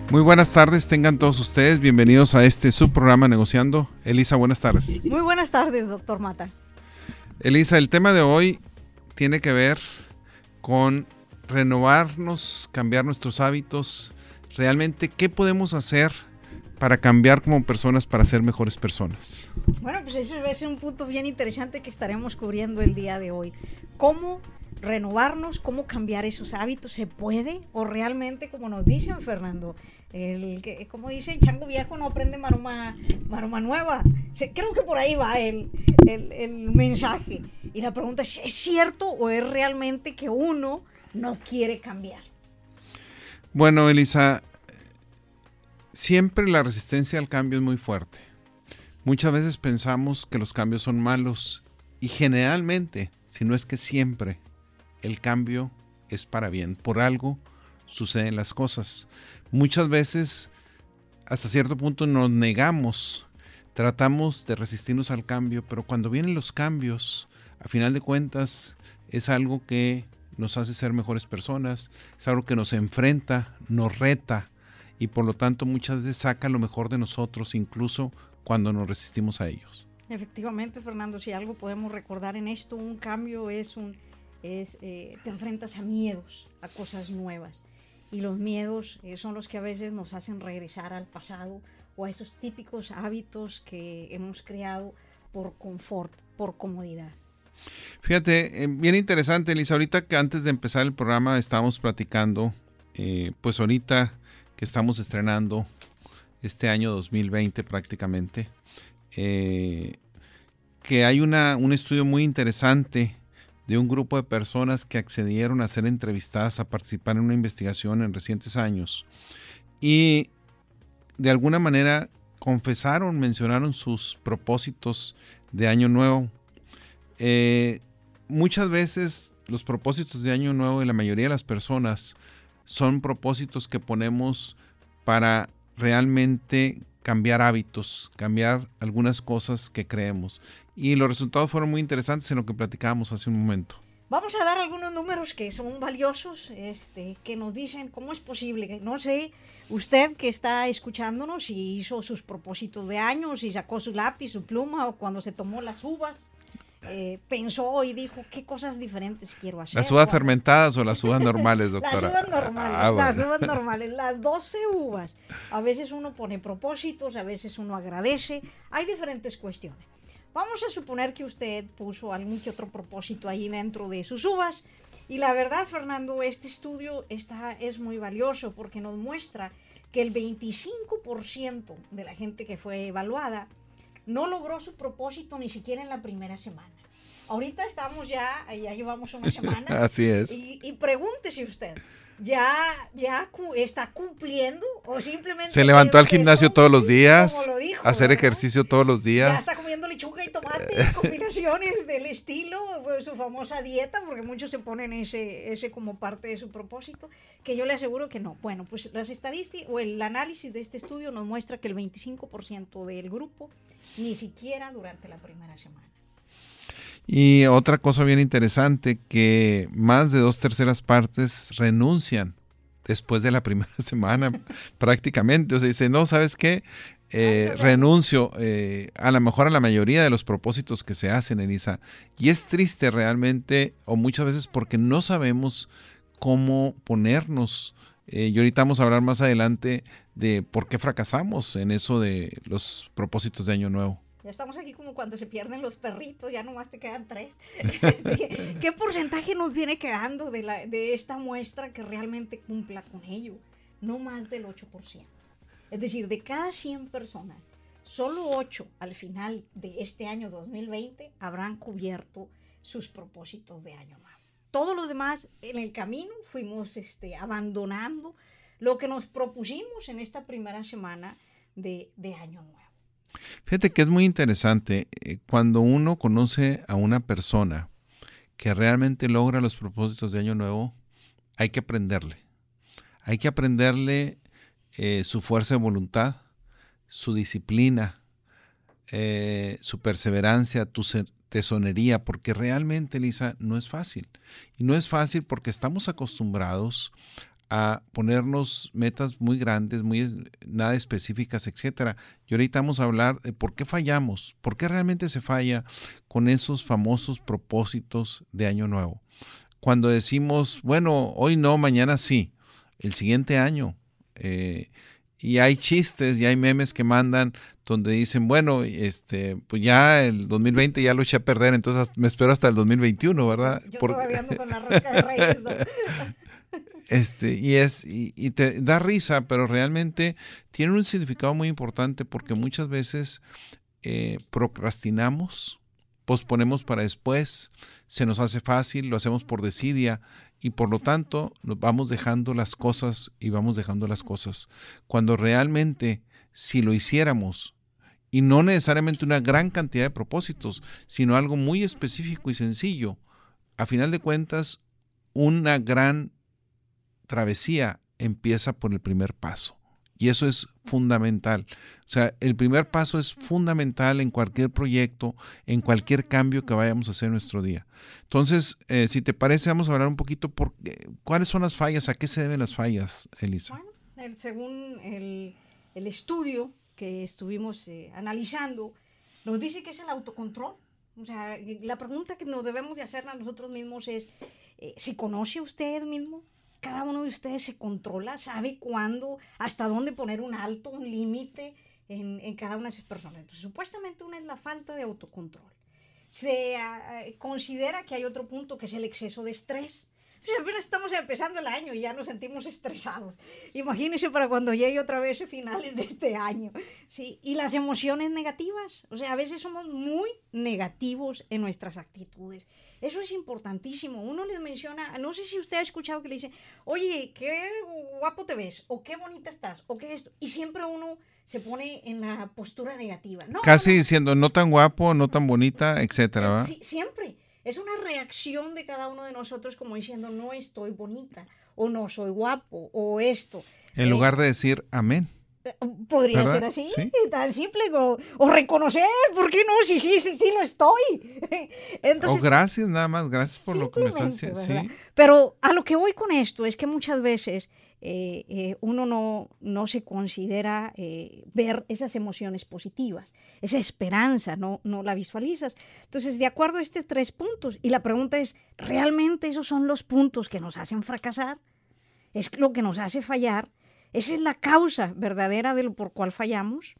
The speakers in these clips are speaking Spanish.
Muy buenas tardes, tengan todos ustedes bienvenidos a este subprograma Negociando. Elisa, buenas tardes. Muy buenas tardes, doctor Mata. Elisa, el tema de hoy tiene que ver con renovarnos, cambiar nuestros hábitos. Realmente, ¿qué podemos hacer para cambiar como personas, para ser mejores personas? Bueno, pues eso es un punto bien interesante que estaremos cubriendo el día de hoy. ¿Cómo renovarnos? ¿Cómo cambiar esos hábitos? ¿Se puede? ¿O realmente, como nos dicen, Fernando, como dice, chango viejo no aprende maroma nueva? Creo que por ahí va el mensaje. Y la pregunta ¿es cierto o es realmente que uno no quiere cambiar? Bueno, Elisa, siempre la resistencia al cambio es muy fuerte. Muchas veces pensamos que los cambios son malos y generalmente, si no es que siempre, el cambio es para bien. Por algo suceden las cosas. Muchas veces, hasta cierto punto, nos negamos, tratamos de resistirnos al cambio, pero cuando vienen los cambios, a final de cuentas, es algo que nos hace ser mejores personas, es algo que nos enfrenta, nos reta y por lo tanto muchas veces saca lo mejor de nosotros, incluso cuando nos resistimos a ellos. Efectivamente, Fernando, si algo podemos recordar en esto, un cambio te enfrentas a miedos, a cosas nuevas. Y los miedos son los que a veces nos hacen regresar al pasado o a esos típicos hábitos que hemos creado por confort, por comodidad. Fíjate, bien interesante, Elisa. Ahorita que antes de empezar el programa estábamos platicando, pues ahorita que estamos estrenando este año 2020 prácticamente, que hay un estudio muy interesante de un grupo de personas que accedieron a ser entrevistadas, a participar en una investigación en recientes años y de alguna manera mencionaron sus propósitos de año nuevo. Muchas veces los propósitos de año nuevo de la mayoría de las personas son propósitos que ponemos para realmente cambiar hábitos, cambiar algunas cosas que creemos. Y los resultados fueron muy interesantes en lo que platicábamos hace un momento. Vamos a dar algunos números que son valiosos, que nos dicen cómo es posible. No sé, usted que está escuchándonos, si hizo sus propósitos de año, si sacó su lápiz, su pluma, o cuando se tomó las uvas, pensó y dijo, ¿qué cosas diferentes quiero hacer? ¿Las uvas fermentadas o las uvas normales, doctora? Las uvas normales, bueno. Las uvas normales, las 12 uvas. A veces uno pone propósitos, a veces uno agradece. Hay diferentes cuestiones. Vamos a suponer que usted puso algún que otro propósito ahí dentro de sus uvas. Y la verdad, Fernando, este estudio es muy valioso porque nos muestra que el 25% de la gente que fue evaluada no logró su propósito ni siquiera en la primera semana. Ahorita estamos ya llevamos una semana. Así es. Y pregúntese usted, ¿ya está cumpliendo o simplemente se levantó al gimnasio todos los días, como lo dijo, hacer ¿verdad? Ejercicio todos los días? Ya está comiendo lechuga y tomate, combinaciones del estilo, pues, su famosa dieta, porque muchos se ponen ese como parte de su propósito, que yo le aseguro que no. Bueno, pues las estadísticas o el análisis de este estudio nos muestra que el 25% del grupo ni siquiera durante la primera semana. Y otra cosa bien interesante, que más de 2/3 partes renuncian después de la primera semana prácticamente. O sea, dice, no, ¿sabes qué? Renuncio a lo mejor a la mayoría de los propósitos que se hacen, Elisa. Y es triste realmente, o muchas veces porque no sabemos cómo ponernos. Y ahorita vamos a hablar más adelante de por qué fracasamos en eso de los propósitos de Año Nuevo. Ya estamos aquí como cuando se pierden los perritos, ya nomás te quedan 3. ¿Qué porcentaje nos viene quedando de esta muestra que realmente cumpla con ello? No más del 8%. Es decir, de cada 100 personas, solo 8 al final de este año 2020 habrán cubierto sus propósitos de año nuevo. Todos los demás en el camino fuimos abandonando lo que nos propusimos en esta primera semana de año nuevo. Fíjate que es muy interesante cuando uno conoce a una persona que realmente logra los propósitos de año nuevo, hay que aprenderle. Hay que aprenderle su fuerza de voluntad, su disciplina, su perseverancia, tesonería, porque realmente, Elisa, no es fácil. Y no es fácil porque estamos acostumbrados a ponernos metas muy grandes, nada específicas, etcétera. Y ahorita vamos a hablar de por qué fallamos, por qué realmente se falla con esos famosos propósitos de Año Nuevo. Cuando decimos, bueno, hoy no, mañana sí, el siguiente año. Y hay chistes y hay memes que mandan donde dicen, bueno, pues ya el 2020 ya lo eché a perder, entonces me espero hasta el 2021, ¿verdad? Yo todavía ando con la rosca de Reyes, ¿no? Y te da risa, pero realmente tiene un significado muy importante porque muchas veces procrastinamos, posponemos para después, se nos hace fácil, lo hacemos por desidia y por lo tanto nos vamos dejando las cosas y vamos dejando las cosas. Cuando realmente si lo hiciéramos, y no necesariamente una gran cantidad de propósitos, sino algo muy específico y sencillo, a final de cuentas, una gran travesía empieza por el primer paso. Y eso es fundamental. O sea, el primer paso es fundamental en cualquier proyecto, en cualquier cambio que vayamos a hacer en nuestro día. Entonces, si te parece, vamos a hablar un poquito por cuáles son las fallas, a qué se deben las fallas, Elisa. Bueno, según el estudio que estuvimos analizando, nos dice que es el autocontrol. O sea, la pregunta que nos debemos de hacer a nosotros mismos es, ¿se conoce usted mismo? Cada uno de ustedes se controla, sabe cuándo, hasta dónde poner un alto, un límite en cada una de esas personas. Entonces, supuestamente una es la falta de autocontrol. Se considera que hay otro punto que es el exceso de estrés. Apenas estamos empezando el año y ya nos sentimos estresados. Imagínense para cuando llegue otra vez a finales de este año. ¿Sí? Y las emociones negativas. O sea, a veces somos muy negativos en nuestras actitudes. Eso es importantísimo. Uno les menciona, no sé si usted ha escuchado que le dice, oye, qué guapo te ves, o qué bonita estás, o qué esto. Y siempre uno se pone en la postura negativa. No, casi diciendo, no tan guapo, no tan bonita, etcétera, ¿verdad? Sí, siempre. Es una reacción de cada uno de nosotros como diciendo, no estoy bonita, o no soy guapo, o esto. En lugar de decir amén. Podría ser así, ¿sí? Tan simple, o reconocer, ¿por qué no? Sí lo estoy. Entonces, gracias, nada más, gracias por lo que me están diciendo. Sí. Pero a lo que voy con esto es que muchas veces uno no se considera ver esas emociones positivas, esa esperanza, no la visualizas. Entonces, de acuerdo a estos 3 puntos, y la pregunta es, ¿realmente esos son los puntos que nos hacen fracasar? ¿Es lo que nos hace fallar? Esa es la causa verdadera de lo por cual fallamos.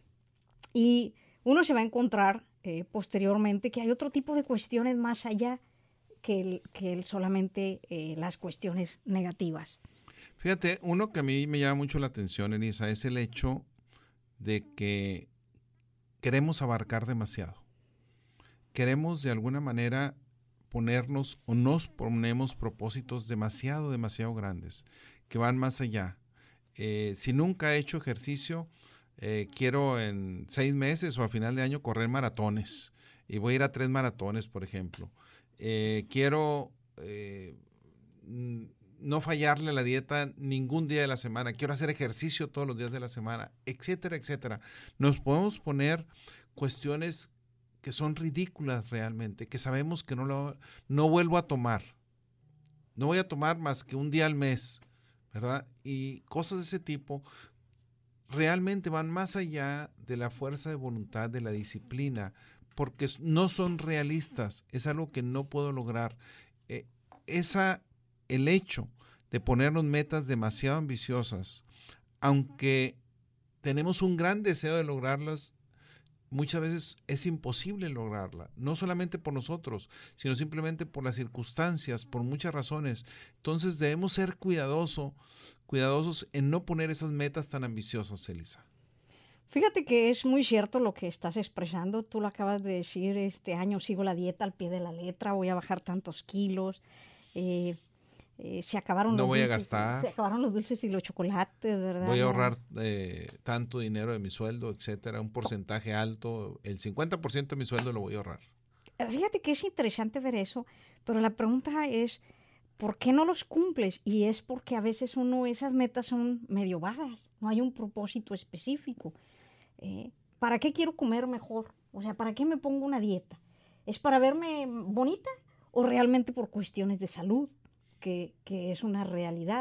Y uno se va a encontrar posteriormente que hay otro tipo de cuestiones más allá que solamente las cuestiones negativas. Fíjate, uno que a mí me llama mucho la atención, Elisa, es el hecho de que queremos abarcar demasiado. Queremos de alguna manera ponernos o nos ponemos propósitos demasiado grandes, que van más allá. Si nunca he hecho ejercicio, quiero en 6 meses o a final de año correr maratones y voy a ir a 3 maratones, por ejemplo. Quiero no fallarle a la dieta ningún día de la semana, quiero hacer ejercicio todos los días de la semana, etcétera, etcétera. Nos podemos poner cuestiones que son ridículas realmente, que sabemos que no vuelvo a tomar. No voy a tomar más que un día al mes, ¿verdad? Y cosas de ese tipo realmente van más allá de la fuerza de voluntad, de la disciplina, porque no son realistas, es algo que no puedo lograr. El hecho de ponernos metas demasiado ambiciosas, aunque tenemos un gran deseo de lograrlas, muchas veces es imposible lograrla, no solamente por nosotros, sino simplemente por las circunstancias, por muchas razones. Entonces debemos ser cuidadosos en no poner esas metas tan ambiciosas, Elisa. Fíjate que es muy cierto lo que estás expresando. Tú lo acabas de decir, este año sigo la dieta al pie de la letra, voy a bajar tantos kilos, se acabaron no los voy dulces, a gastar. Se acabaron los dulces y los chocolates, ¿verdad? Voy a ahorrar tanto dinero de mi sueldo, etcétera, un porcentaje alto, el 50% de mi sueldo lo voy a ahorrar. Fíjate que es interesante ver eso, pero la pregunta es, ¿por qué no los cumples? Y es porque a veces esas metas son medio vagas, no hay un propósito específico. ¿Para qué quiero comer mejor? O sea, ¿para qué me pongo una dieta? ¿Es para verme bonita o realmente por cuestiones de salud, que es una realidad?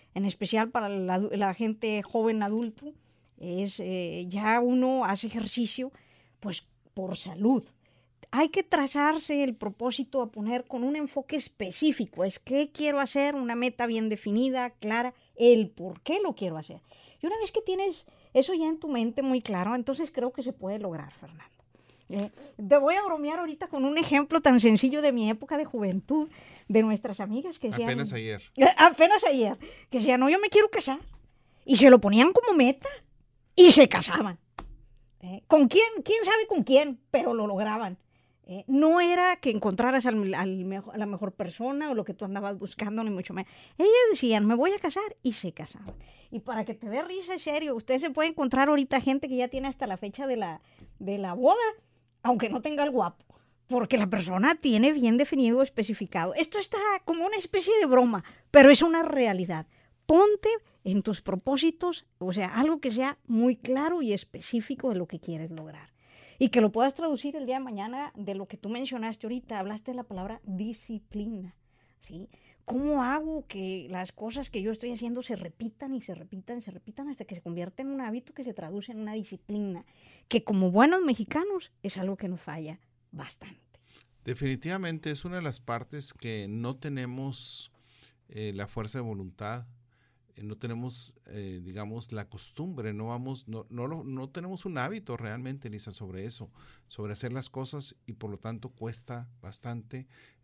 en especial para la gente joven adulto, es ya uno hace ejercicio pues por salud. Hay que trazarse el propósito a poner con un enfoque específico. Es qué quiero hacer, una meta bien definida, clara, el por qué lo quiero hacer. Y una vez que tienes eso ya en tu mente muy claro, entonces creo que se puede lograr, Fernando. Te voy a bromear ahorita con un ejemplo tan sencillo de mi época de juventud, de nuestras amigas que decían... Apenas ayer. Apenas ayer. Que decían, no, yo me quiero casar. Y se lo ponían como meta y se casaban. ¿Con quién? ¿Quién sabe con quién? Pero lo lograban. No era que encontraras a la mejor persona o lo que tú andabas buscando, ni mucho menos. Ellas decían, me voy a casar, y se casaban. Y para que te dé risa, en serio, usted se puede encontrar ahorita gente que ya tiene hasta la fecha de la boda, aunque no tenga el guapo, porque la persona tiene bien definido, especificado. Esto está como una especie de broma, pero es una realidad. Ponte en tus propósitos, o sea, algo que sea muy claro y específico de lo que quieres lograr. Y que lo puedas traducir el día de mañana de lo que tú mencionaste ahorita. Hablaste de la palabra disciplina, ¿sí? ¿Cómo hago que las cosas que yo estoy haciendo se repitan y se repitan y se repitan hasta que se convierta en un hábito que se traduce en una disciplina? Que como buenos mexicanos es algo que nos falla bastante. Definitivamente es una de las partes que no tenemos la fuerza de voluntad. No tenemos, digamos, la costumbre, no tenemos un hábito realmente, Lisa, sobre eso, sobre hacer las cosas, y por lo tanto cuesta bastante,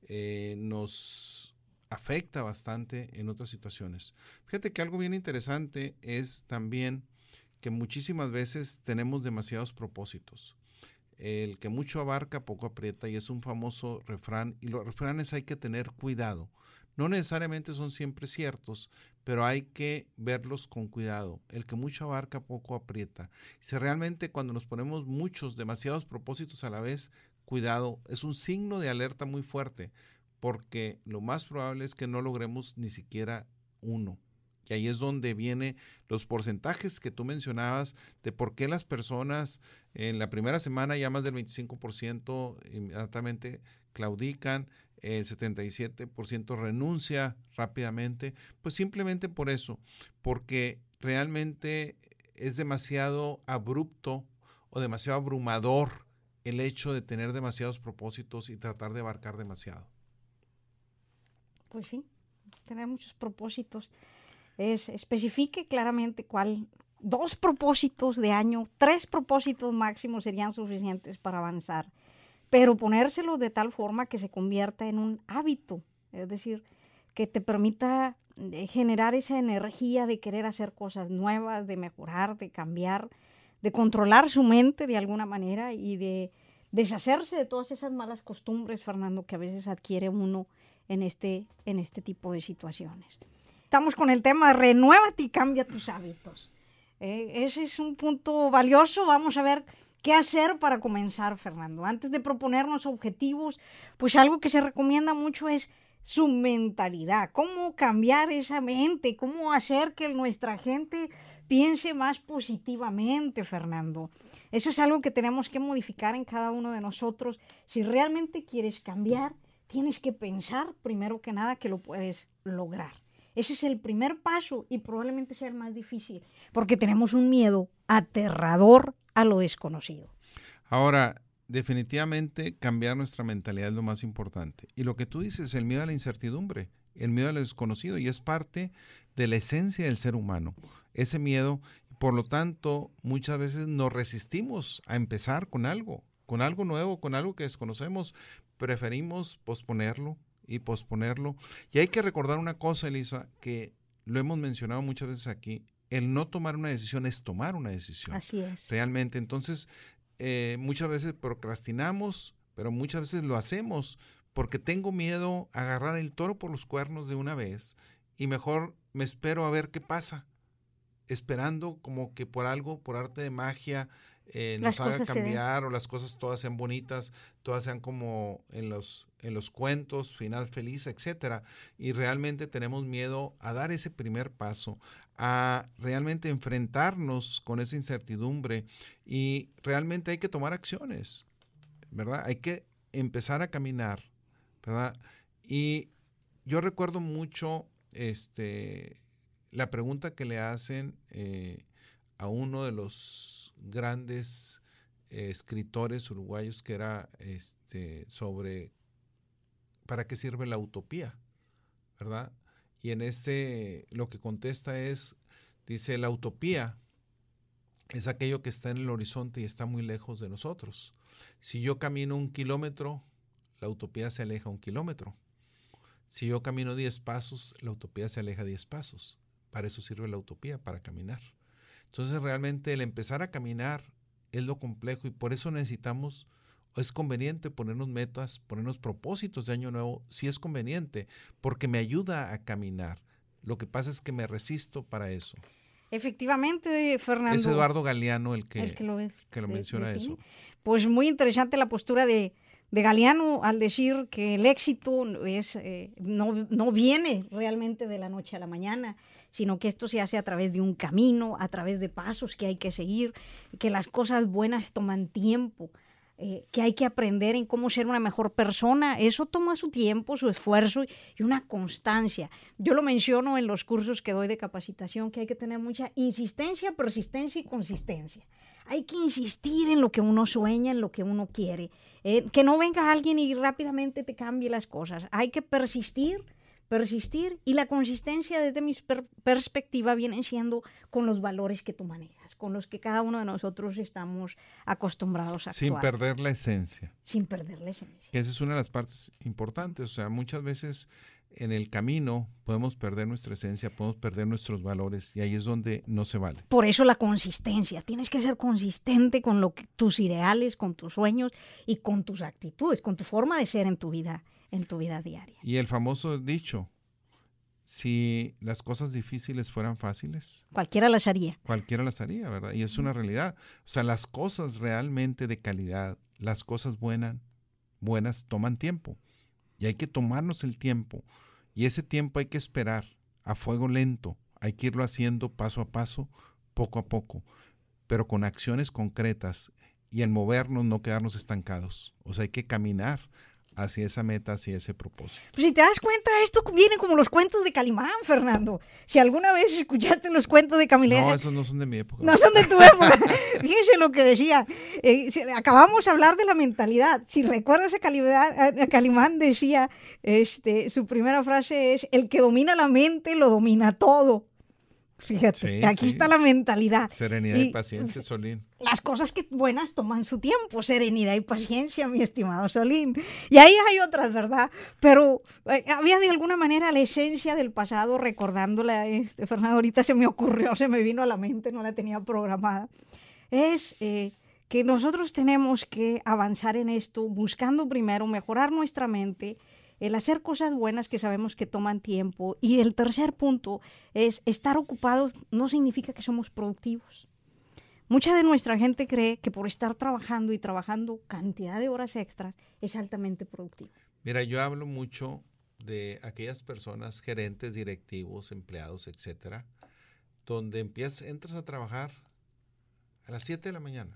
nos afecta bastante en otras situaciones. Fíjate que algo bien interesante es también que muchísimas veces tenemos demasiados propósitos. El que mucho abarca, poco aprieta, y es un famoso refrán, y los refranes hay que tener cuidado. No necesariamente son siempre ciertos, pero hay que verlos con cuidado. El que mucho abarca, poco aprieta. Si realmente cuando nos ponemos demasiados propósitos a la vez, cuidado, es un signo de alerta muy fuerte, porque lo más probable es que no logremos ni siquiera uno. Y ahí es donde vienen los porcentajes que tú mencionabas de por qué las personas en la primera semana ya más del 25% inmediatamente claudican, el 77% renuncia rápidamente, pues simplemente por eso, porque realmente es demasiado abrupto o demasiado abrumador el hecho de tener demasiados propósitos y tratar de abarcar demasiado. Pues sí, tener muchos propósitos. Especifique claramente 2 propósitos de año, 3 propósitos máximos serían suficientes para avanzar. Pero ponérselo de tal forma que se convierta en un hábito, es decir, que te permita generar esa energía de querer hacer cosas nuevas, de mejorar, de cambiar, de controlar su mente de alguna manera y de deshacerse de todas esas malas costumbres, Fernando, que a veces adquiere uno en este tipo de situaciones. Estamos con el tema renuévate y cambia tus hábitos. Ese es un punto valioso. Vamos a ver qué hacer para comenzar, Fernando. Antes de proponernos objetivos, pues algo que se recomienda mucho es su mentalidad. Cómo cambiar esa mente, cómo hacer que nuestra gente piense más positivamente, Fernando. Eso es algo que tenemos que modificar en cada uno de nosotros. Si realmente quieres cambiar, tienes que pensar primero que nada que lo puedes lograr. Ese es el primer paso y probablemente sea el más difícil, porque tenemos un miedo aterrador a lo desconocido. Ahora, definitivamente cambiar nuestra mentalidad es lo más importante. Y lo que tú dices, el miedo a la incertidumbre, el miedo a lo desconocido, y es parte de la esencia del ser humano. Ese miedo, por lo tanto, muchas veces nos resistimos a empezar con algo nuevo, con algo que desconocemos. Preferimos posponerlo y posponerlo. Y hay que recordar una cosa, Elisa, que lo hemos mencionado muchas veces aquí: el no tomar una decisión es tomar una decisión. Así es. Realmente, entonces, muchas veces procrastinamos, pero muchas veces lo hacemos porque tengo miedo a agarrar el toro por los cuernos de una vez y mejor me espero a ver qué pasa, esperando como que por arte de magia nos haga cambiar, o las cosas todas sean bonitas, todas sean como en los cuentos, final feliz, etcétera. Y realmente tenemos miedo a dar ese primer paso, a realmente enfrentarnos con esa incertidumbre, y realmente hay que tomar acciones, ¿verdad? Hay que empezar a caminar, ¿verdad? Y yo recuerdo mucho la pregunta que le hacen a uno de los grandes escritores uruguayos que era sobre ¿para qué sirve la utopía? ¿Verdad? Y en lo que contesta dice, la utopía es aquello que está en el horizonte y está muy lejos de nosotros. Si yo camino 1 kilómetro, la utopía se aleja 1 kilómetro. Si yo camino 10 pasos, la utopía se aleja 10 pasos. Para eso sirve la utopía, para caminar. Entonces realmente el empezar a caminar es lo complejo y por eso es conveniente ponernos metas, ponernos propósitos de año nuevo, si es conveniente, porque me ayuda a caminar. Lo que pasa es que me resisto para eso. Efectivamente, Fernando. Es Eduardo Galeano el que lo menciona define. eso. Pues muy interesante la postura de Galeano al decir que el éxito no viene realmente de la noche a la mañana, sino que esto se hace a través de un camino, a través de pasos que hay que seguir, que las cosas buenas toman tiempo, que hay que aprender en cómo ser una mejor persona. Eso toma su tiempo, su esfuerzo y una constancia. Yo lo menciono en los cursos que doy de capacitación, que hay que tener mucha insistencia, persistencia y consistencia. Hay que insistir en lo que uno sueña, en lo que uno quiere. Que no venga alguien y rápidamente te cambie las cosas. Hay que persistir, y la consistencia desde mi perspectiva viene siendo con los valores que tú manejas, con los que cada uno de nosotros estamos acostumbrados a actuar. Sin perder la esencia. Sin perder la esencia. Esa es una de las partes importantes. O sea, muchas veces en el camino podemos perder nuestra esencia, podemos perder nuestros valores y ahí es donde no se vale. Por eso la consistencia. Tienes que ser consistente con tus ideales, con tus sueños y con tus actitudes, con tu forma de ser en tu vida diaria. Y el famoso dicho, si las cosas difíciles fueran fáciles, cualquiera las haría. Cualquiera las haría, ¿verdad? Y es una realidad. O sea, las cosas realmente de calidad, las cosas buenas toman tiempo. Y hay que tomarnos el tiempo. Y ese tiempo hay que esperar a fuego lento. Hay que irlo haciendo paso a paso, poco a poco, pero con acciones concretas y en movernos, no quedarnos estancados. O sea, hay que caminar hacia esa meta, hacia ese propósito. Pues si te das cuenta, esto viene como los cuentos de Calimán, Fernando. Si alguna vez escuchaste los cuentos de Calimán... No, esos no son de mi época. No son de tu época. Fíjense lo que decía. Acabamos de hablar de la mentalidad. Si recuerdas a Calimán decía, su primera frase es, el que domina la mente lo domina todo. Fíjate, sí, aquí está la mentalidad. Serenidad y paciencia, Solín. Las cosas buenas toman su tiempo, serenidad y paciencia, mi estimado Solín. Y ahí hay otras, ¿verdad? Pero había de alguna manera la esencia del pasado, recordándola, Fernando, ahorita se me ocurrió, se me vino a la mente, no la tenía programada. Es que nosotros tenemos que avanzar en esto, buscando primero mejorar nuestra mente, el hacer cosas buenas que sabemos que toman tiempo. Y el tercer punto es estar ocupados no significa que somos productivos. Mucha de nuestra gente cree que por estar trabajando y trabajando cantidad de horas extras es altamente productivo. Mira, yo hablo mucho de aquellas personas, gerentes, directivos, empleados, etcétera, donde entras a trabajar a las 7 de la mañana.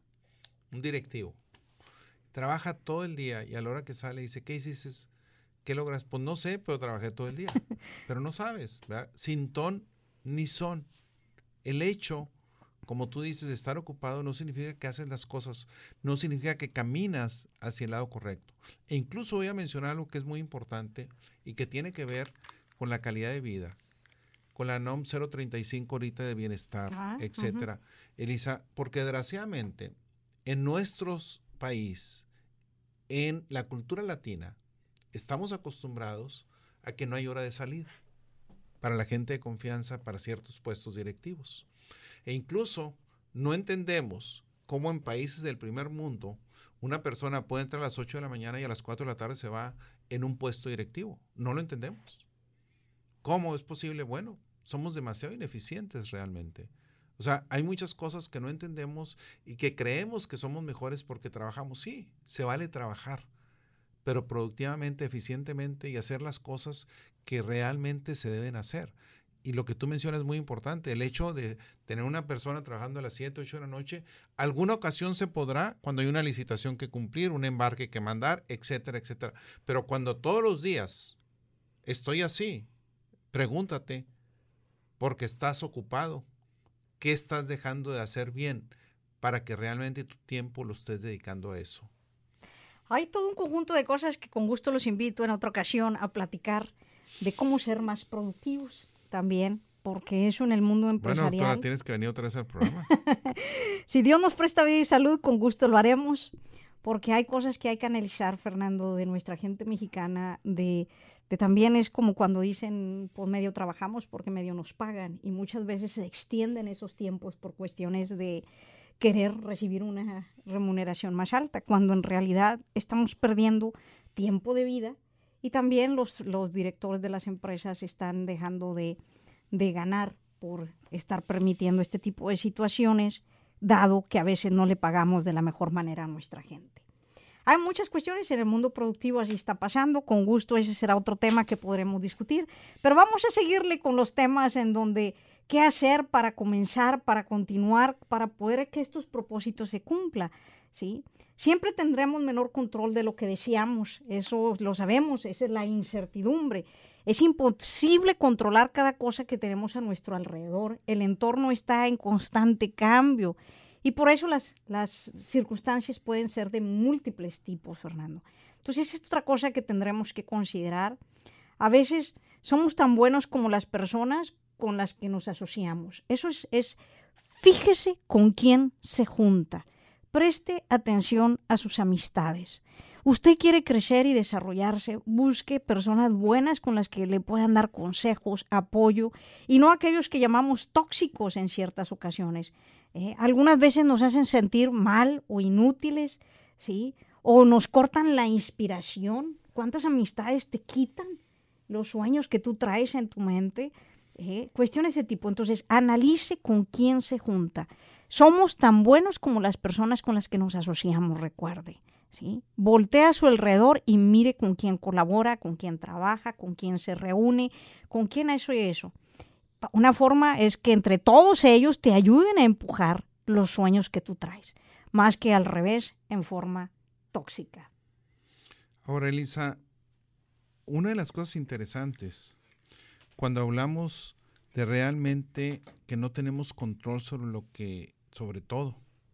Un directivo trabaja todo el día y a la hora que sale dice, ¿qué hiciste? ¿Qué logras? Pues no sé, pero trabajé todo el día. Pero no sabes, ¿verdad? Sin ton ni son. El hecho, como tú dices, de estar ocupado no significa que haces las cosas, no significa que caminas hacia el lado correcto. E incluso voy a mencionar algo que es muy importante y que tiene que ver con la calidad de vida, con la NOM 035 ahorita de bienestar, etcétera. Elisa, porque desgraciadamente en nuestro país, en la cultura latina, estamos acostumbrados a que no hay hora de salida para la gente de confianza, para ciertos puestos directivos. E incluso no entendemos cómo en países del primer mundo una persona puede entrar a las 8 de la mañana y a las 4 de la tarde se va en un puesto directivo. No lo entendemos. ¿Cómo es posible? Bueno, somos demasiado ineficientes realmente. O sea, hay muchas cosas que no entendemos y que creemos que somos mejores porque trabajamos. Sí, se vale trabajar, pero productivamente, eficientemente y hacer las cosas que realmente se deben hacer. Y lo que tú mencionas es muy importante, el hecho de tener una persona trabajando a las 7, 8 de la noche, alguna ocasión se podrá cuando hay una licitación que cumplir, un embarque que mandar, etcétera, etcétera. Pero cuando todos los días estoy así, pregúntate, porque estás ocupado. ¿Qué estás dejando de hacer bien para que realmente tu tiempo lo estés dedicando a eso? Hay todo un conjunto de cosas que con gusto los invito en otra ocasión a platicar de cómo ser más productivos también, porque eso en el mundo Bueno, doctora, empresarial. tienes que venir otra vez al programa. Si Dios nos presta vida y salud, con gusto lo haremos, porque hay cosas que hay que analizar, Fernando, de nuestra gente mexicana, de también es como cuando dicen, por medio trabajamos porque medio nos pagan, y muchas veces se extienden esos tiempos por cuestiones de querer recibir una remuneración más alta, cuando en realidad estamos perdiendo tiempo de vida, y también los directores de las empresas están dejando de ganar por estar permitiendo este tipo de situaciones, dado que a veces no le pagamos de la mejor manera a nuestra gente. Hay muchas cuestiones en el mundo productivo, así está pasando. Con gusto ese será otro tema que podremos discutir. Pero vamos a seguirle con los temas en donde qué hacer para comenzar, para continuar, para poder que estos propósitos se cumplan, ¿sí? Siempre tendremos menor control de lo que deseamos, eso lo sabemos, esa es la incertidumbre. Es imposible controlar cada cosa que tenemos a nuestro alrededor. El entorno está en constante cambio. Y por eso las circunstancias pueden ser de múltiples tipos, Fernando. Entonces, es otra cosa que tendremos que considerar. A veces somos tan buenos como las personas con las que nos asociamos. Eso es fíjese con quién se junta. Preste atención a sus amistades. Usted quiere crecer y desarrollarse, busque personas buenas con las que le puedan dar consejos, apoyo, y no aquellos que llamamos tóxicos en ciertas ocasiones. Algunas veces nos hacen sentir mal o inútiles, ¿sí? O nos cortan la inspiración. ¿Cuántas amistades te quitan los sueños que tú traes en tu mente? Cuestiones de ese tipo. Entonces, analice con quién se junta. Somos tan buenos como las personas con las que nos asociamos, recuerde. ¿Sí? Voltea a su alrededor y mire con quién colabora, con quién trabaja, con quién se reúne, con quién eso y eso. Una forma es que entre todos ellos te ayuden a empujar los sueños que tú traes, más que al revés, en forma tóxica. Ahora, Elisa, una de las cosas interesantes, cuando hablamos de realmente que no tenemos control sobre todo,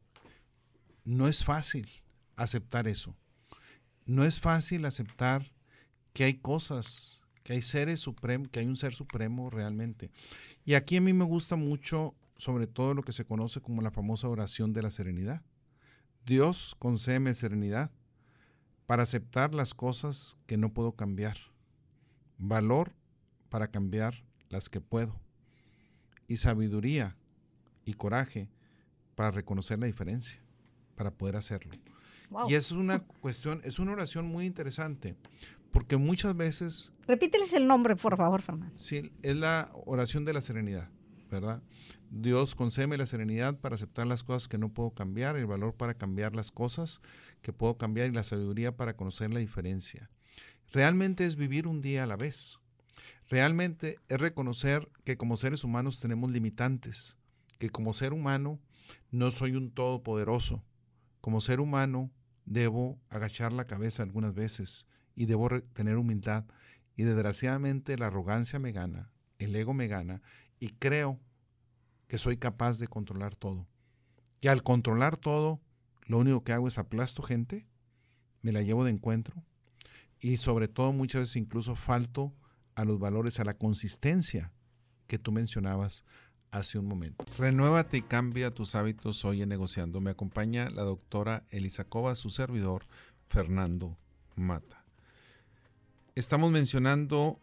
no es fácil aceptar eso. No es fácil aceptar que hay cosas, que hay seres supremos, que hay un ser supremo realmente. Y aquí a mí me gusta mucho, sobre todo lo que se conoce como la famosa oración de la serenidad. Dios, concédeme serenidad para aceptar las cosas que no puedo cambiar, valor para cambiar las que puedo, y sabiduría y coraje para reconocer la diferencia, para poder hacerlo. Wow. Y es una cuestión, es una oración muy interesante, porque muchas veces... Repíteles el nombre, por favor, Fernando. Sí, es la oración de la serenidad, ¿verdad? Dios, concédeme la serenidad para aceptar las cosas que no puedo cambiar, el valor para cambiar las cosas que puedo cambiar y la sabiduría para conocer la diferencia. Realmente es vivir un día a la vez. Realmente es reconocer que como seres humanos tenemos limitantes, que como ser humano no soy un todopoderoso. Como ser humano debo agachar la cabeza algunas veces y debo tener humildad. Y desgraciadamente la arrogancia me gana, el ego me gana y creo que soy capaz de controlar todo. Y al controlar todo, lo único que hago es aplasto gente, me la llevo de encuentro y sobre todo muchas veces incluso falto a los valores, a la consistencia que tú mencionabas hace un momento. Renuévate y cambia tus hábitos hoy en Negociando. Me acompaña la doctora Elisa Cova, su servidor Fernando Mata. Estamos mencionando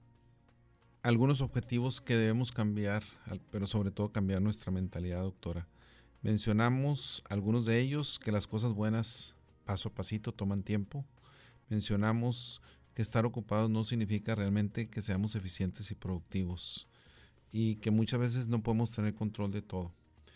algunos objetivos que debemos cambiar, pero sobre todo cambiar nuestra mentalidad, doctora. Mencionamos algunos de ellos, que las cosas buenas paso a pasito toman tiempo. Mencionamos que estar ocupados no significa realmente que seamos eficientes y productivos y que muchas veces no podemos tener control de todo.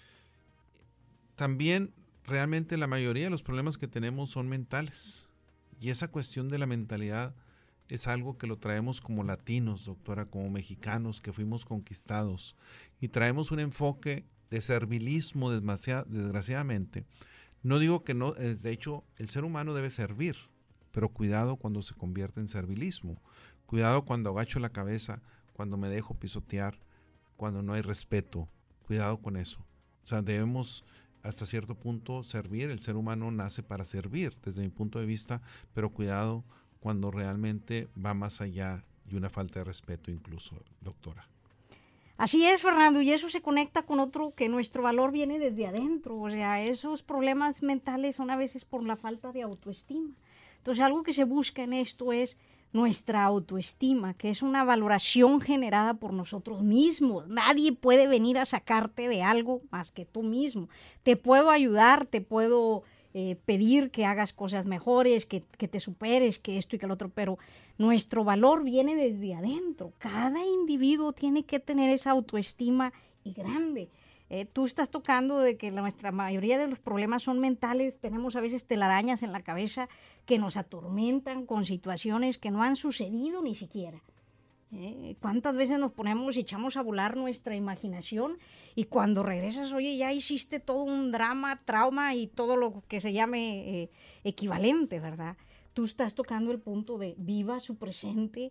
También realmente la mayoría de los problemas que tenemos son mentales y esa cuestión de la mentalidad es algo que lo traemos como latinos, doctora, como mexicanos que fuimos conquistados y traemos un enfoque de servilismo desgraciadamente. No digo que no, de hecho el ser humano debe servir, pero cuidado cuando se convierte en servilismo, cuidado cuando agacho la cabeza, cuando me dejo pisotear cuando no hay respeto. Cuidado con eso. O sea, debemos hasta cierto punto servir. El ser humano nace para servir, desde mi punto de vista, pero cuidado cuando realmente va más allá y una falta de respeto incluso, doctora. Así es, Fernando, y eso se conecta con otro, que nuestro valor viene desde adentro. O sea, esos problemas mentales son a veces por la falta de autoestima. Entonces, algo que se busca en esto es nuestra autoestima, que es una valoración generada por nosotros mismos. Nadie puede venir a sacarte de algo más que tú mismo. Te puedo ayudar, te puedo pedir que hagas cosas mejores, que te superes, que esto y que lo otro, pero nuestro valor viene desde adentro. Cada individuo tiene que tener esa autoestima y grande. Tú estás tocando de que nuestra mayoría de los problemas son mentales. Tenemos a veces telarañas en la cabeza que nos atormentan con situaciones que no han sucedido ni siquiera. ¿Cuántas veces nos ponemos y echamos a volar nuestra imaginación y cuando regresas, oye, ya hiciste todo un drama, trauma y todo lo que se llame equivalente, ¿verdad? Tú estás tocando el punto de viva su presente,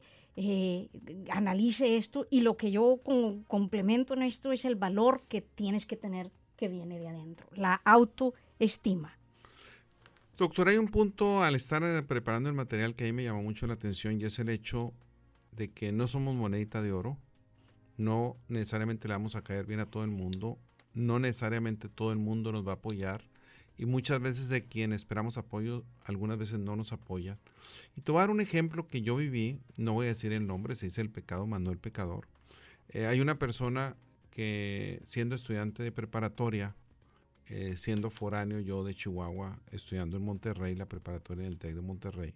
analice esto, y lo que yo complemento en esto es el valor que tienes que tener, que viene de adentro, la autoestima. Doctor, hay un punto al estar preparando el material que a mí me llamó mucho la atención, y es el hecho de que no somos monedita de oro, no necesariamente le vamos a caer bien a todo el mundo, no necesariamente todo el mundo nos va a apoyar, y muchas veces de quien esperamos apoyo, algunas veces no nos apoyan. Y te voy a dar un ejemplo que yo viví, no voy a decir el nombre, se dice el pecado mandó el pecador. Hay una persona que, siendo estudiante de preparatoria, siendo foráneo yo de Chihuahua, estudiando en Monterrey, la preparatoria en el TEC de Monterrey,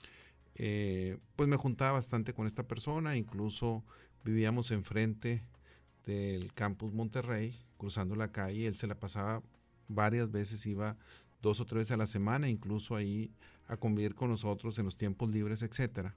pues me juntaba bastante con esta persona, incluso vivíamos enfrente del campus Monterrey, cruzando la calle. Él se la pasaba varias veces, iba 2 o 3 veces a la semana, incluso ahí a convivir con nosotros en los tiempos libres, etcétera.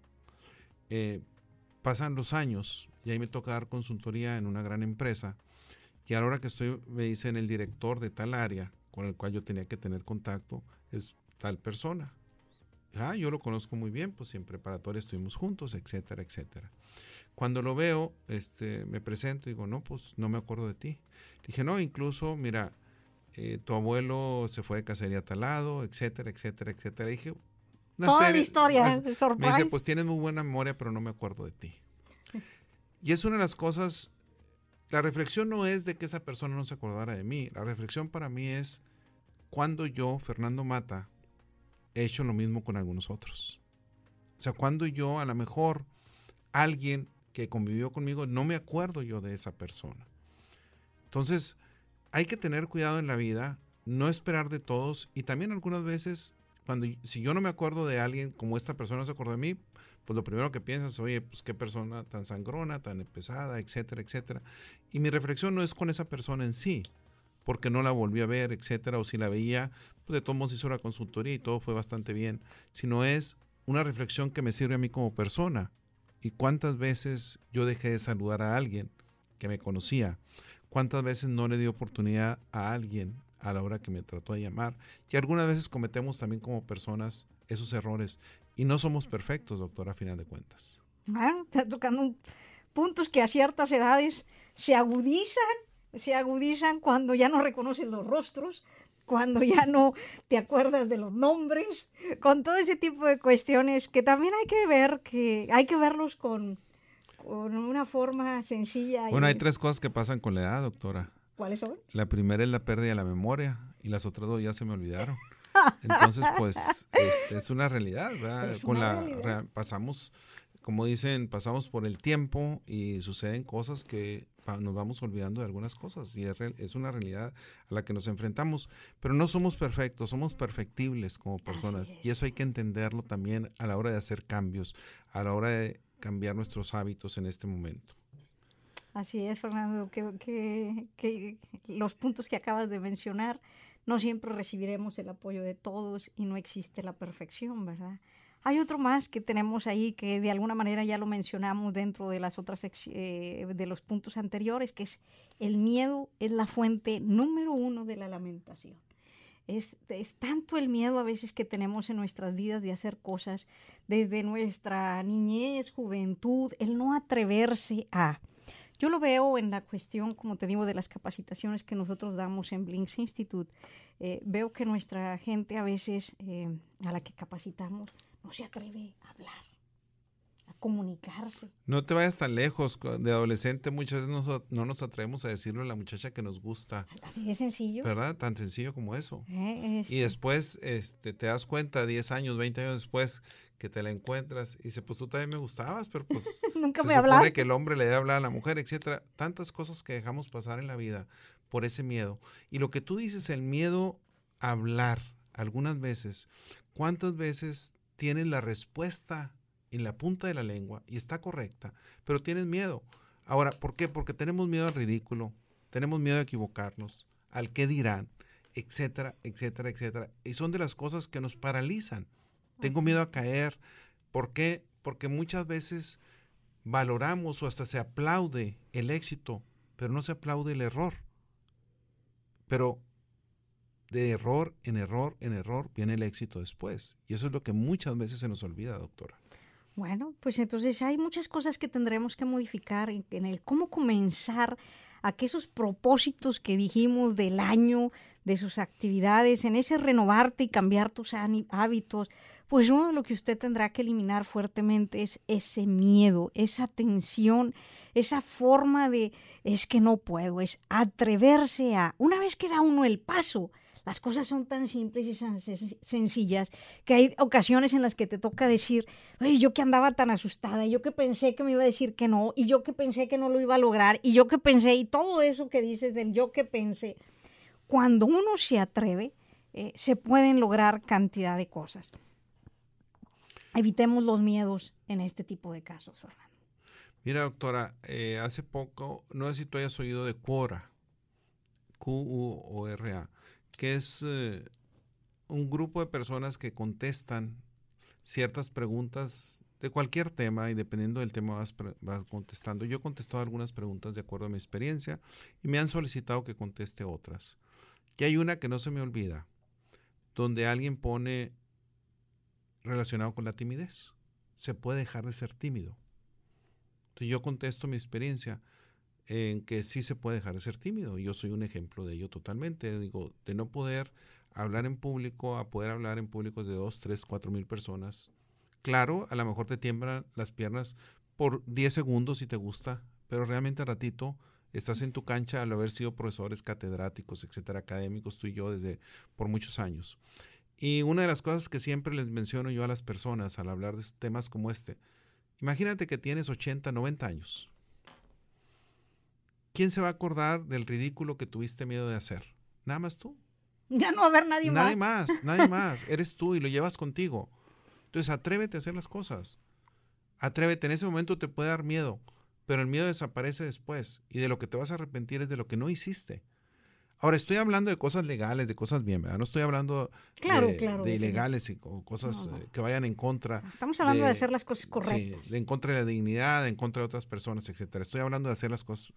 Pasan los años y ahí me toca dar consultoría en una gran empresa, y a la hora que estoy me dicen el director de tal área con el cual yo tenía que tener contacto es tal persona. Yo lo conozco muy bien, pues en preparatoria estuvimos juntos, etcétera, etcétera. Cuando lo veo, me presento y digo, no, pues no me acuerdo de ti. Le dije, no, incluso, mira, tu abuelo se fue de cacería a tal lado, etcétera, etcétera, etcétera. Le dije, toda la historia, surprise. Me dice, pues tienes muy buena memoria, pero no me acuerdo de ti. Y es una de las cosas, la reflexión no es de que esa persona no se acordara de mí. La reflexión para mí es cuando yo, Fernando Mata, he hecho lo mismo con algunos otros. O sea, cuando yo, a lo mejor, alguien que convivió conmigo, no me acuerdo yo de esa persona. Entonces, hay que tener cuidado en la vida, no esperar de todos, y también algunas veces, si yo no me acuerdo de alguien como esta persona no se acordó de mí, pues lo primero que piensas, oye, pues qué persona tan sangrona, tan pesada, etcétera, etcétera. Y mi reflexión no es con esa persona en sí, porque no la volví a ver, etcétera, o si la veía, pues de todos modos hizo una consultoría y todo fue bastante bien, sino es una reflexión que me sirve a mí como persona. Y cuántas veces yo dejé de saludar a alguien que me conocía, cuántas veces no le di oportunidad a alguien a la hora que me trató de llamar, y algunas veces cometemos también como personas esos errores, y no somos perfectos, doctora, a final de cuentas. Está tocando puntos que a ciertas edades se agudizan cuando ya no reconoces los rostros, cuando ya no te acuerdas de los nombres, con todo ese tipo de cuestiones que también hay que ver, que hay que verlos con una forma sencilla. Bueno, hay 3 cosas que pasan con la edad, doctora. ¿Cuáles son? La primera es la pérdida de la memoria y las otras 2 ya se me olvidaron. Entonces, pues, es una realidad, ¿verdad? Es una realidad. Pasamos, como dicen, pasamos por el tiempo y suceden cosas que nos vamos olvidando de algunas cosas, y es una realidad a la que nos enfrentamos, pero no somos perfectos, somos perfectibles como personas, y eso hay que entenderlo también a la hora de hacer cambios, a la hora de cambiar nuestros hábitos en este momento. Así es, Fernando, que los puntos que acabas de mencionar, no siempre recibiremos el apoyo de todos y no existe la perfección, ¿verdad? Hay otro más que tenemos ahí que de alguna manera ya lo mencionamos dentro de las otras de los puntos anteriores, que es el miedo es la fuente número 1 de la lamentación. Es tanto el miedo a veces que tenemos en nuestras vidas de hacer cosas desde nuestra niñez, juventud, el no atreverse a. Yo lo veo en la cuestión, como te digo, de las capacitaciones que nosotros damos en Blinks Institute. Veo que nuestra gente a veces, a la que capacitamos, no se atreve a hablar, a comunicarse. No te vayas tan lejos. De adolescente muchas veces no nos atrevemos a decirle a la muchacha que nos gusta. Así de sencillo. ¿Verdad? Tan sencillo como eso. Y después te das cuenta, 10 años, 20 años después, que te la encuentras y dice, pues tú también me gustabas, pero pues nunca se me supone hablaste. que el hombre le debe hablar a la mujer, etcétera. Tantas cosas que dejamos pasar en la vida por ese miedo. Y lo que tú dices, el miedo a hablar, algunas veces, ¿cuántas veces tienes la respuesta en la punta de la lengua y está correcta, pero tienes miedo? Ahora, ¿por qué? Porque tenemos miedo al ridículo, tenemos miedo a equivocarnos, al qué dirán, etcétera, etcétera, etcétera. Y son de las cosas que nos paralizan. Tengo miedo a caer. ¿Por qué? Porque muchas veces valoramos o hasta se aplaude el éxito, pero no se aplaude el error. Pero de error en error en error viene el éxito después. Y eso es lo que muchas veces se nos olvida, doctora. Bueno, pues entonces hay muchas cosas que tendremos que modificar en el cómo comenzar a que esos propósitos que dijimos del año, de sus actividades, en ese renovarte y cambiar tus hábitos, pues uno de lo que usted tendrá que eliminar fuertemente es ese miedo, esa tensión, esa forma de es que no puedo, es atreverse a, una vez que da uno el paso, las cosas son tan simples y tan sencillas que hay ocasiones en las que te toca decir, oye, yo que andaba tan asustada, yo que pensé que me iba a decir que no, y yo que pensé que no lo iba a lograr, y yo que pensé, y todo eso que dices del yo que pensé. Cuando uno se atreve, se pueden lograr cantidad de cosas. Evitemos los miedos en este tipo de casos, Fernando. Mira, doctora, hace poco, no sé si tú hayas oído de Quora, Quora, que es un grupo de personas que contestan ciertas preguntas de cualquier tema y dependiendo del tema vas contestando. Yo he contestado algunas preguntas de acuerdo a mi experiencia y me han solicitado que conteste otras. Y hay una que no se me olvida, donde alguien pone relacionado con la timidez. Se puede dejar de ser tímido. Entonces yo contesto mi experiencia en que sí se puede dejar de ser tímido. Yo soy un ejemplo de ello totalmente. Digo, de no poder hablar en público a poder hablar en público de 2, 3, 4 mil personas. Claro, a lo mejor te tiemblan las piernas por 10 segundos si te gusta, pero realmente al ratito estás en tu cancha al haber sido profesores catedráticos, etcétera, académicos, tú y yo por muchos años. Y una de las cosas que siempre les menciono yo a las personas al hablar de temas como este, imagínate que tienes 80, 90 años. ¿Quién se va a acordar del ridículo que tuviste miedo de hacer? Nada más tú. Ya no va a haber nadie más. Nadie más. Eres tú y lo llevas contigo. Entonces atrévete a hacer las cosas. Atrévete. En ese momento te puede dar miedo, pero el miedo desaparece después. Y de lo que te vas a arrepentir es de lo que no hiciste. Ahora, estoy hablando de cosas legales, de cosas bien, ¿verdad? No estoy hablando de ilegales y cosas que vayan en contra. Estamos hablando de hacer las cosas correctas. Sí, en contra de la dignidad, en contra de otras personas, etcétera. Estoy hablando de hacer las cosas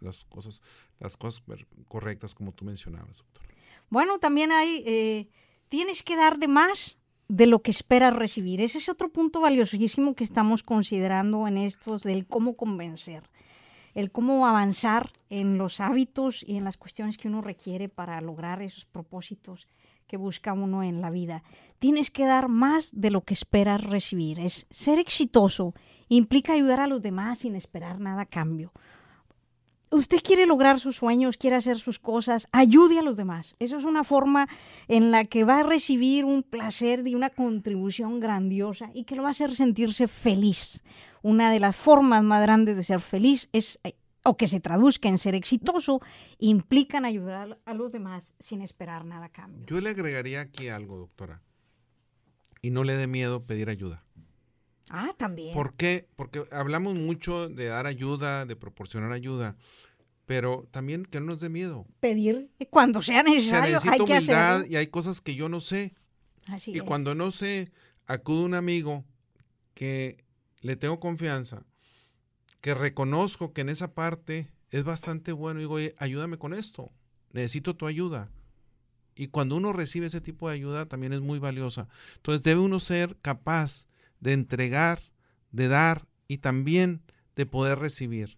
correctas, como tú mencionabas, doctor. Bueno, también tienes que dar de más de lo que esperas recibir. Ese es otro punto valiosísimo que estamos considerando en estos del cómo convencer. El cómo avanzar en los hábitos y en las cuestiones que uno requiere para lograr esos propósitos que busca uno en la vida. Tienes que dar más de lo que esperas recibir. Ser exitoso implica ayudar a los demás sin esperar nada a cambio. Usted quiere lograr sus sueños, quiere hacer sus cosas, ayude a los demás. Eso es una forma en la que va a recibir un placer y una contribución grandiosa y que lo va a hacer sentirse feliz. Una de las formas más grandes de ser feliz o que se traduzca en ser exitoso, implican ayudar a los demás sin esperar nada a cambio. Yo le agregaría aquí algo, doctora, y no le dé miedo pedir ayuda. Ah, también. ¿Por qué? Porque hablamos mucho de dar ayuda, de proporcionar ayuda, pero también que no nos dé miedo. Pedir cuando sea necesario, hay que hacerlo. Y hay cosas que yo no sé. Así y es. Cuando no sé, acudo a un amigo que le tengo confianza, que reconozco que en esa parte es bastante bueno y digo, oye, ayúdame con esto, necesito tu ayuda. Y cuando uno recibe ese tipo de ayuda también es muy valiosa. Entonces debe uno ser capaz de entregar, de dar y también de poder recibir.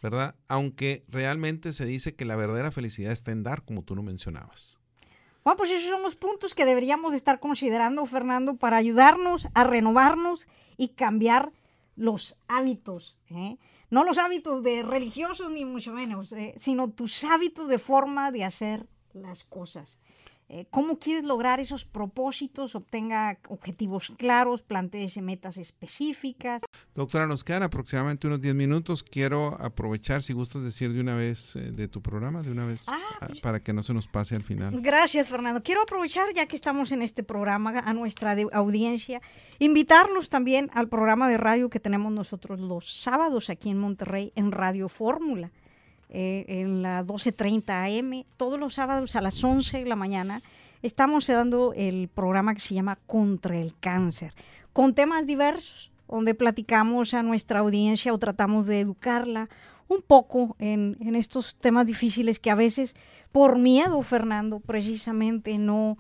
¿verdad? Aunque realmente se dice que la verdadera felicidad está en dar, como tú lo mencionabas. Bueno, pues esos son los puntos que deberíamos estar considerando, Fernando, para ayudarnos a renovarnos y cambiar los hábitos, ¿eh? No los hábitos de religiosos ni mucho menos, sino tus hábitos de forma de hacer las cosas. ¿Cómo quieres lograr esos propósitos? Obtenga objetivos claros, plantéese metas específicas. Doctora, nos quedan aproximadamente unos 10 minutos. Quiero aprovechar, si gustas decir de una vez de tu programa, de una vez, pues, para que no se nos pase al final. Gracias, Fernando. Quiero aprovechar, ya que estamos en este programa, a nuestra audiencia, invitarlos también al programa de radio que tenemos nosotros los sábados aquí en Monterrey, en Radio Fórmula. En la 12:30 AM, todos los sábados a las 11 de la mañana, estamos dando el programa que se llama Contra el Cáncer, con temas diversos, donde platicamos a nuestra audiencia o tratamos de educarla un poco en estos temas difíciles que a veces, por miedo, Fernando, precisamente no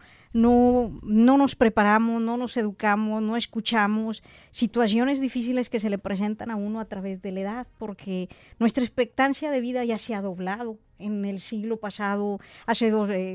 nos preparamos, no nos educamos, no escuchamos situaciones difíciles que se le presentan a uno a través de la edad, porque nuestra expectancia de vida ya se ha doblado. En el siglo pasado, hace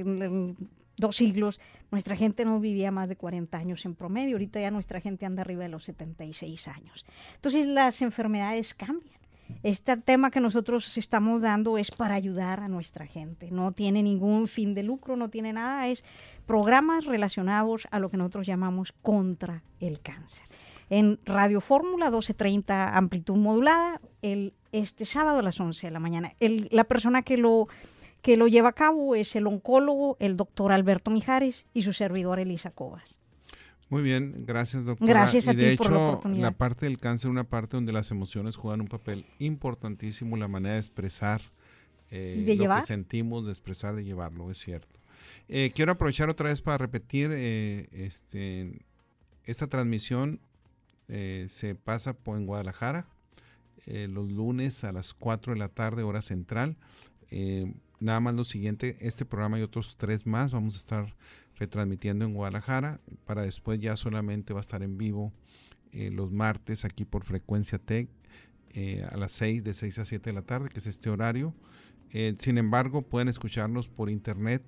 dos siglos, nuestra gente no vivía más de 40 años en promedio. Ahorita ya nuestra gente anda arriba de los 76 años. Entonces las enfermedades cambian. Este tema que nosotros estamos dando es para ayudar a nuestra gente. No tiene ningún fin de lucro, no tiene nada. Es programas relacionados a lo que nosotros llamamos contra el cáncer. En Radio Fórmula 12:30 amplitud modulada, este sábado a las 11 de la mañana. La persona que lo lleva a cabo es el oncólogo, el doctor Alberto Mijares, y su servidora Elisa Cobas. Muy bien, gracias, doctora. Gracias a ti por la oportunidad. La parte del cáncer es una parte donde las emociones juegan un papel importantísimo, la manera de expresar lo que sentimos, de expresar, de llevarlo, es cierto. Quiero aprovechar otra vez para repetir, esta transmisión se pasa en Guadalajara, los lunes a las 4 de la tarde, hora central. Nada más lo siguiente, este programa y otros 3 más vamos a estar retransmitiendo en Guadalajara, para después ya solamente va a estar en vivo los martes aquí por Frecuencia Tech a las 6, de 6 a 7 de la tarde, que es este horario. Sin embargo, pueden escucharnos por internet,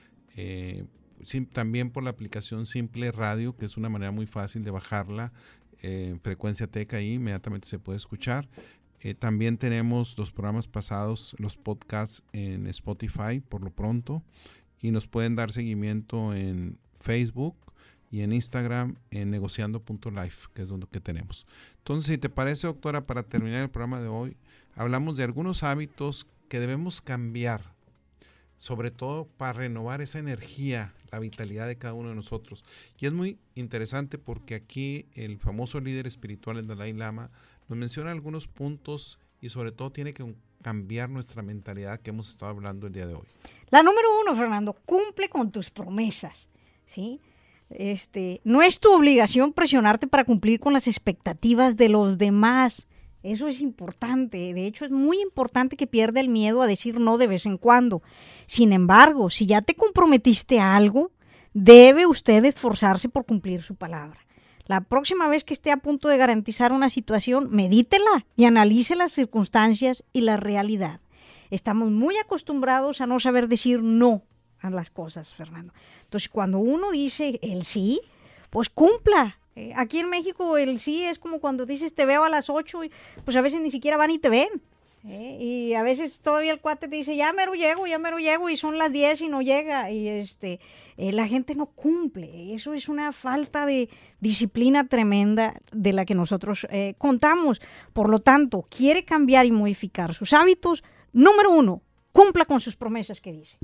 también por la aplicación Simple Radio, que es una manera muy fácil de bajarla, Frecuencia Tech, ahí inmediatamente se puede escuchar. También tenemos los programas pasados, los podcasts en Spotify por lo pronto, y nos pueden dar seguimiento en Facebook y en Instagram en negociando.life, que es donde que tenemos. Entonces, si te parece, doctora, para terminar el programa de hoy, hablamos de algunos hábitos que debemos cambiar, sobre todo para renovar esa energía, la vitalidad de cada uno de nosotros. Y es muy interesante porque aquí el famoso líder espiritual, el Dalai Lama, nos menciona algunos puntos y sobre todo tiene que cambiar nuestra mentalidad que hemos estado hablando el día de hoy. La número 1, Fernando, cumple con tus promesas, ¿sí? No es tu obligación presionarte para cumplir con las expectativas de los demás. Eso es importante. De hecho, es muy importante que pierda el miedo a decir no de vez en cuando. Sin embargo, si ya te comprometiste a algo, debe usted esforzarse por cumplir su palabra. La próxima vez que esté a punto de garantizar una situación, medítela y analice las circunstancias y la realidad. Estamos muy acostumbrados a no saber decir no a las cosas, Fernando. Entonces, cuando uno dice el sí, pues cumpla. Aquí en México el sí es como cuando dices te veo a las 8 y pues a veces ni siquiera van y te ven. Y a veces todavía el cuate te dice ya mero llego y son las 10 y no llega. Y la gente no cumple. Eso es una falta de disciplina tremenda de la que nosotros contamos. Por lo tanto, quiere cambiar y modificar sus hábitos. Número 1, cumpla con sus promesas que dice.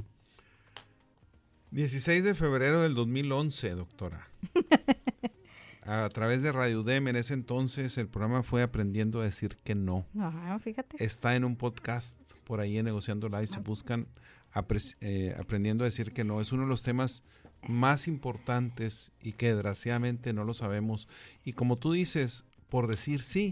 16 de febrero del 2011, doctora. A través de Radio UDEM, en ese entonces el programa fue Aprendiendo a Decir que No. Fíjate. Está en un podcast por ahí en Negociando Live, si buscan Aprendiendo a Decir que No. Es uno de los temas más importantes y que desgraciadamente no lo sabemos. Y como tú dices, por decir sí,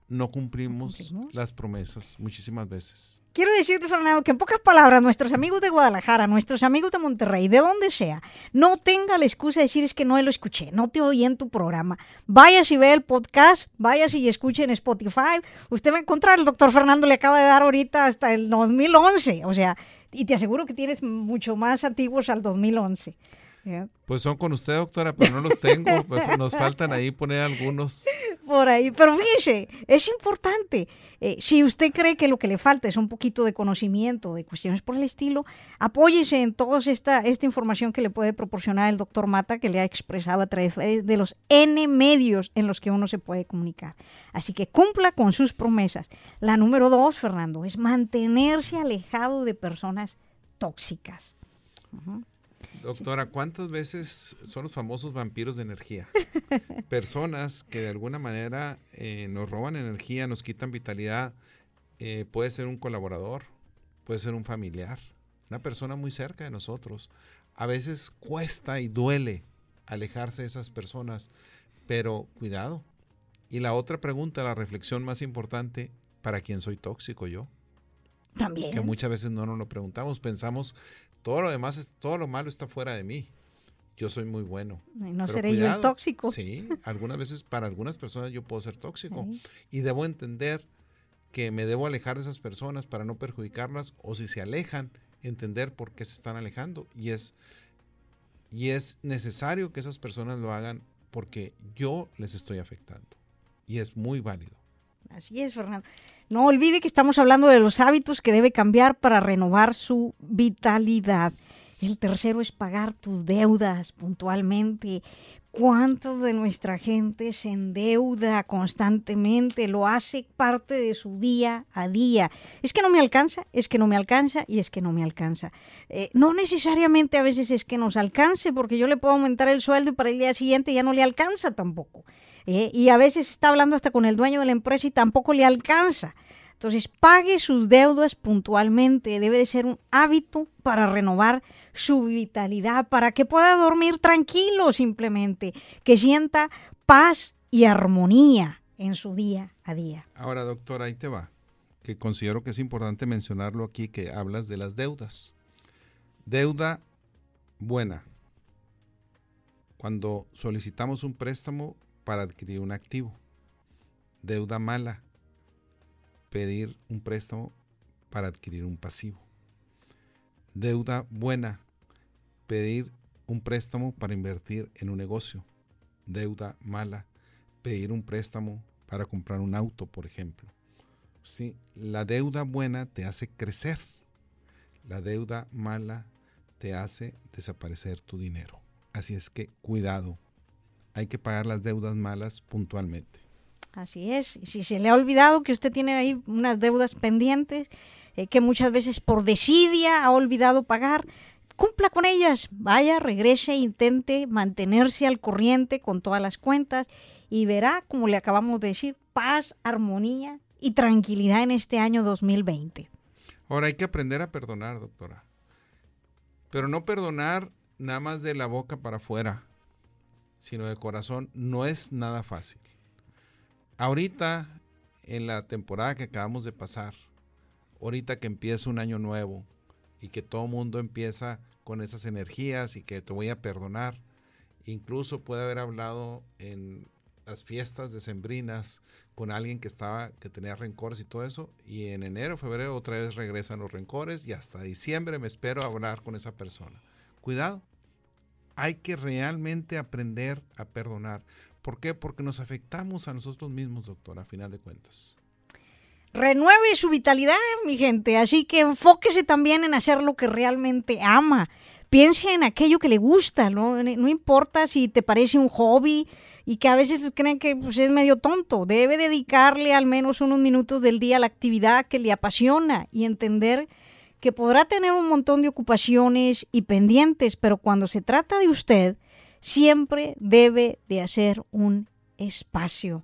no cumplimos las promesas muchísimas veces. Quiero decirte, Fernando, que en pocas palabras, nuestros amigos de Guadalajara, nuestros amigos de Monterrey, de donde sea, no tenga la excusa de decir es que no lo escuché, no te oí en tu programa. Vayas y ve el podcast, vayas y escuche en Spotify. Usted va a encontrar, el doctor Fernando le acaba de dar ahorita hasta el 2011, o sea, y te aseguro que tienes mucho más antiguos al 2011. Pues son con usted, doctora, pero no los tengo. Pues nos faltan ahí poner algunos. Por ahí, pero fíjese, es importante. Si usted cree que lo que le falta es un poquito de conocimiento, de cuestiones por el estilo, apóyese en toda esta información que le puede proporcionar el doctor Mata, que le ha expresado a través de los N medios en los que uno se puede comunicar. Así que cumpla con sus promesas. La número 2, Fernando, es mantenerse alejado de personas tóxicas. Uh-huh. Doctora, ¿cuántas veces son los famosos vampiros de energía? Personas que de alguna manera nos roban energía, nos quitan vitalidad. Puede ser un colaborador, puede ser un familiar, una persona muy cerca de nosotros. A veces cuesta y duele alejarse de esas personas, pero cuidado. Y la otra pregunta, la reflexión más importante, ¿para quién soy tóxico yo? También. Que muchas veces no nos lo preguntamos, pensamos todo lo demás, todo lo malo está fuera de mí. Yo soy muy bueno. No seré yo el tóxico. Sí, algunas veces para algunas personas yo puedo ser tóxico. Y debo entender que me debo alejar de esas personas para no perjudicarlas, o si se alejan, entender por qué se están alejando. Y es necesario que esas personas lo hagan porque yo les estoy afectando. Y es muy válido. Así es, Fernando. No olvide que estamos hablando de los hábitos que debe cambiar para renovar su vitalidad. El tercero es pagar tus deudas puntualmente. ¿Cuánto de nuestra gente se endeuda constantemente? Lo hace parte de su día a día. Es que no me alcanza, es que no me alcanza y es que no me alcanza. No necesariamente a veces es que nos alcance, porque yo le puedo aumentar el sueldo y para el día siguiente ya no le alcanza tampoco. Y a veces está hablando hasta con el dueño de la empresa y tampoco le alcanza. Entonces, pague sus deudas puntualmente. Debe de ser un hábito para renovar su vitalidad, para que pueda dormir tranquilo simplemente, que sienta paz y armonía en su día a día. Ahora, doctora, ahí te va, que considero que es importante mencionarlo aquí, que hablas de las deudas. Deuda buena. Cuando solicitamos un préstamo para adquirir un activo. Deuda mala, pedir un préstamo para adquirir un pasivo. Deuda buena, pedir un préstamo para invertir en un negocio. Deuda mala, pedir un préstamo para comprar un auto, por ejemplo. Sí, la deuda buena te hace crecer. La deuda mala te hace desaparecer tu dinero. Así es que cuidado. Hay que pagar las deudas malas puntualmente. Así es. Y si se le ha olvidado que usted tiene ahí unas deudas pendientes, que muchas veces por desidia ha olvidado pagar, cumpla con ellas. Vaya, regrese, intente mantenerse al corriente con todas las cuentas y verá, como le acabamos de decir, paz, armonía y tranquilidad en este año 2020. Ahora hay que aprender a perdonar, doctora. Pero no perdonar nada más de la boca para afuera, sino de corazón. No es nada fácil. Ahorita, en la temporada que acabamos de pasar, ahorita que empieza un año nuevo y que todo mundo empieza con esas energías y que te voy a perdonar, incluso puede haber hablado en las fiestas decembrinas con alguien que tenía rencores y todo eso, y en enero, febrero otra vez regresan los rencores y hasta diciembre me espero a hablar con esa persona. Cuidado. Hay que realmente aprender a perdonar. ¿Por qué? Porque nos afectamos a nosotros mismos, doctora, a final de cuentas. Renueve su vitalidad, mi gente. Así que enfóquese también en hacer lo que realmente ama. Piense en aquello que le gusta, ¿no? No importa si te parece un hobby y que a veces creen que pues, es medio tonto. Debe dedicarle al menos unos minutos del día a la actividad que le apasiona y entender que podrá tener un montón de ocupaciones y pendientes, pero cuando se trata de usted, siempre debe de hacer un espacio.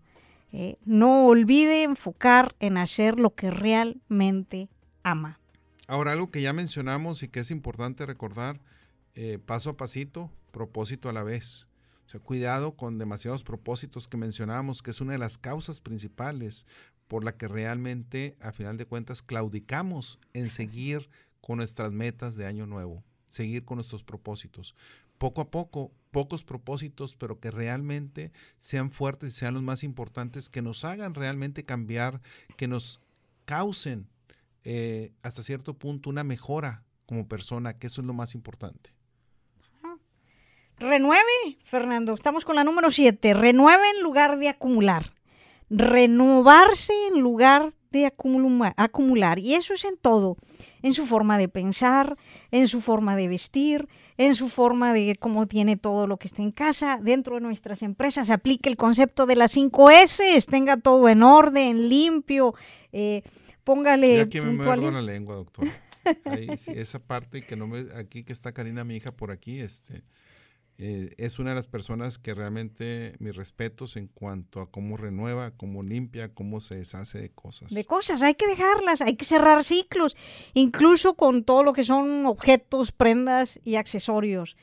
No olvide enfocar en hacer lo que realmente ama. Ahora, algo que ya mencionamos y que es importante recordar, paso a pasito, propósito a la vez. O sea, cuidado con demasiados propósitos que mencionamos, que es una de las causas principales por la que realmente, a final de cuentas, claudicamos en seguir con nuestras metas de año nuevo, seguir con nuestros propósitos. Poco a poco, pocos propósitos, pero que realmente sean fuertes y sean los más importantes, que nos hagan realmente cambiar, que nos causen hasta cierto punto una mejora como persona, que eso es lo más importante. Renueve, Fernando. Estamos con la número 7. Renueve en lugar de acumular. Renovarse en lugar de acumular. Y eso es en todo. En su forma de pensar, en su forma de vestir, en su forma de cómo tiene todo lo que está en casa. Dentro de nuestras empresas se aplica el concepto de las 5 S. Tenga todo en orden, limpio. Póngale... Ya que me muerdo la lengua, doctor. Ahí, sí, esa parte que no me... Aquí que está Karina, mi hija, por aquí, es una de las personas que realmente mis respetos en cuanto a cómo renueva, cómo limpia, cómo se deshace de cosas. De cosas, hay que dejarlas, hay que cerrar ciclos, incluso con todo lo que son objetos, prendas y accesorios.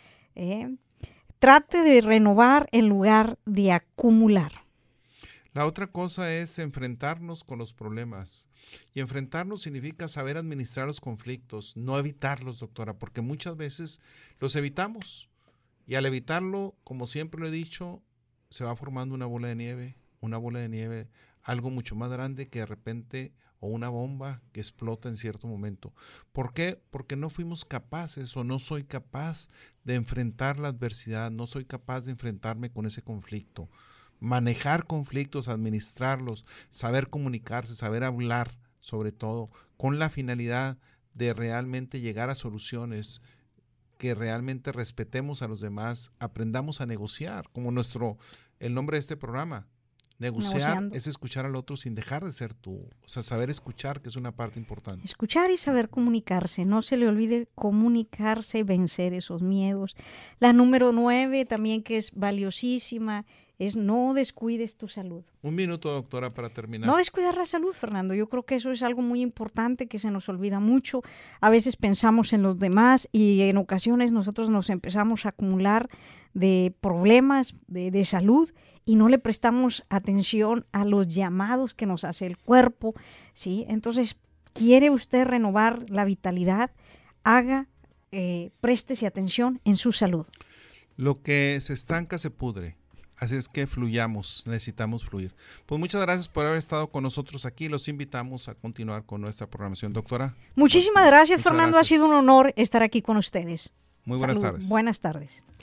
Trate de renovar en lugar de acumular. La otra cosa es enfrentarnos con los problemas. Y enfrentarnos significa saber administrar los conflictos, no evitarlos, doctora, porque muchas veces los evitamos. Y al evitarlo, como siempre lo he dicho, se va formando una bola de nieve, algo mucho más grande que de repente, o una bomba que explota en cierto momento. ¿Por qué? Porque no fuimos capaces o no soy capaz de enfrentar la adversidad, no soy capaz de enfrentarme con ese conflicto. Manejar conflictos, administrarlos, saber comunicarse, saber hablar, sobre todo, con la finalidad de realmente llegar a soluciones, que realmente respetemos a los demás, aprendamos a negociar, como el nombre de este programa. Negociar es escuchar al otro sin dejar de ser tú. O sea, saber escuchar, que es una parte importante. Escuchar y saber comunicarse. No se le olvide comunicarse, vencer esos miedos. La número 9 también, que es valiosísima, es no descuides tu salud. Un minuto, doctora, para terminar. No descuidar la salud, Fernando. Yo creo que eso es algo muy importante que se nos olvida mucho. A veces pensamos en los demás y en ocasiones nosotros nos empezamos a acumular de problemas de salud y no le prestamos atención a los llamados que nos hace el cuerpo, ¿sí? Entonces, ¿quiere usted renovar la vitalidad? Préstese atención en su salud. Lo que se estanca se pudre. Así es que fluyamos, necesitamos fluir. Pues muchas gracias por haber estado con nosotros aquí. Los invitamos a continuar con nuestra programación, doctora. Muchísimas gracias, Fernando. Gracias. Ha sido un honor estar aquí con ustedes. Muy buenas tardes. Buenas tardes.